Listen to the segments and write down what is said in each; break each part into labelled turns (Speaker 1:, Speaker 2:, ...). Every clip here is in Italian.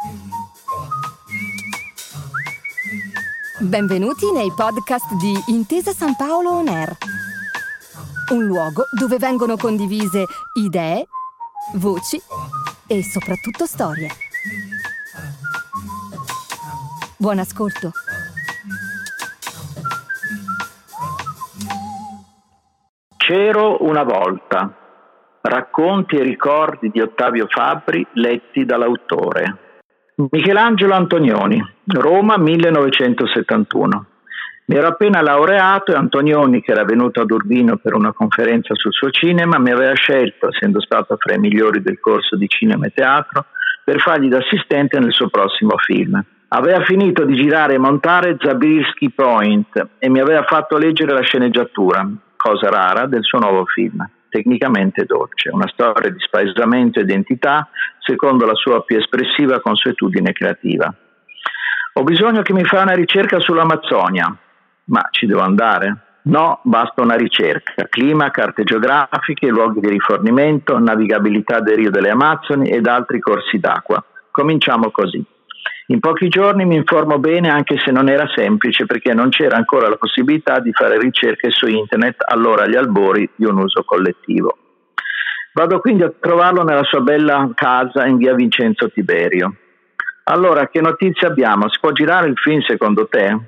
Speaker 1: Benvenuti nei podcast di Intesa San Paolo On Air, un luogo dove vengono condivise idee, voci e soprattutto storie. Buon ascolto.
Speaker 2: C'ero una volta. Racconti e ricordi di Ottavio Fabbri letti dall'autore. Michelangelo Antonioni, Roma 1971. Mi ero appena laureato e Antonioni, che era venuto ad Urbino per una conferenza sul suo cinema, mi aveva scelto, essendo stato fra i migliori del corso di cinema e teatro, per fargli da assistente nel suo prossimo film. Aveva finito di girare e montare Zabriskie Point e mi aveva fatto leggere la sceneggiatura, cosa rara, del suo nuovo film. Tecnicamente dolce, una storia di spaesamento e identità secondo la sua più espressiva consuetudine creativa. Ho bisogno che mi fa una ricerca sull'Amazzonia, ma ci devo andare? No, basta una ricerca: clima, carte geografiche, luoghi di rifornimento, navigabilità del Rio delle Amazzoni ed altri corsi d'acqua. Cominciamo così. In pochi giorni mi informo bene, anche se non era semplice, perché non c'era ancora la possibilità di fare ricerche su internet, allora agli albori di un uso collettivo. Vado quindi a trovarlo nella sua bella casa in via Vincenzo Tiberio. Allora, che notizie abbiamo? Si può girare il film secondo te?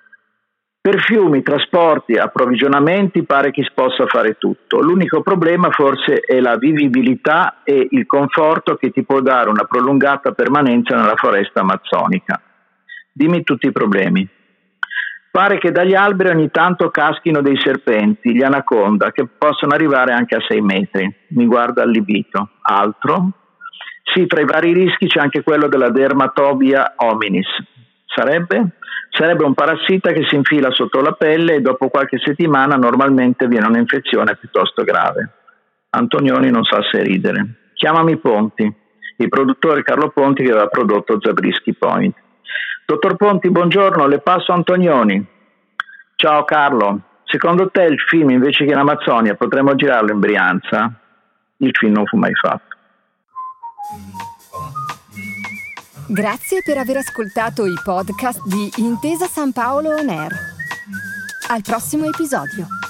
Speaker 2: Per fiumi, trasporti, approvvigionamenti pare che si possa fare tutto. L'unico problema forse è la vivibilità e il conforto che ti può dare una prolungata permanenza nella foresta amazzonica. Dimmi tutti i problemi. Pare che dagli alberi ogni tanto caschino dei serpenti, gli anaconda, che possono arrivare anche a 6 metri. Mi guarda allibito. Altro? Sì, tra i vari rischi c'è anche quello della dermatobia hominis. Sarebbe? Sarebbe un parassita che si infila sotto la pelle e dopo qualche settimana normalmente viene un'infezione piuttosto grave. Antonioni non sa se ridere. Chiamami Ponti, il produttore Carlo Ponti che aveva prodotto Zabriskie Point. Dottor Ponti, buongiorno, le passo Antonioni. Ciao Carlo, secondo te il film invece che in Amazzonia potremmo girarlo in Brianza? Il film non fu mai fatto.
Speaker 1: Grazie per aver ascoltato i podcast di Intesa San Paolo On Air. Al prossimo episodio.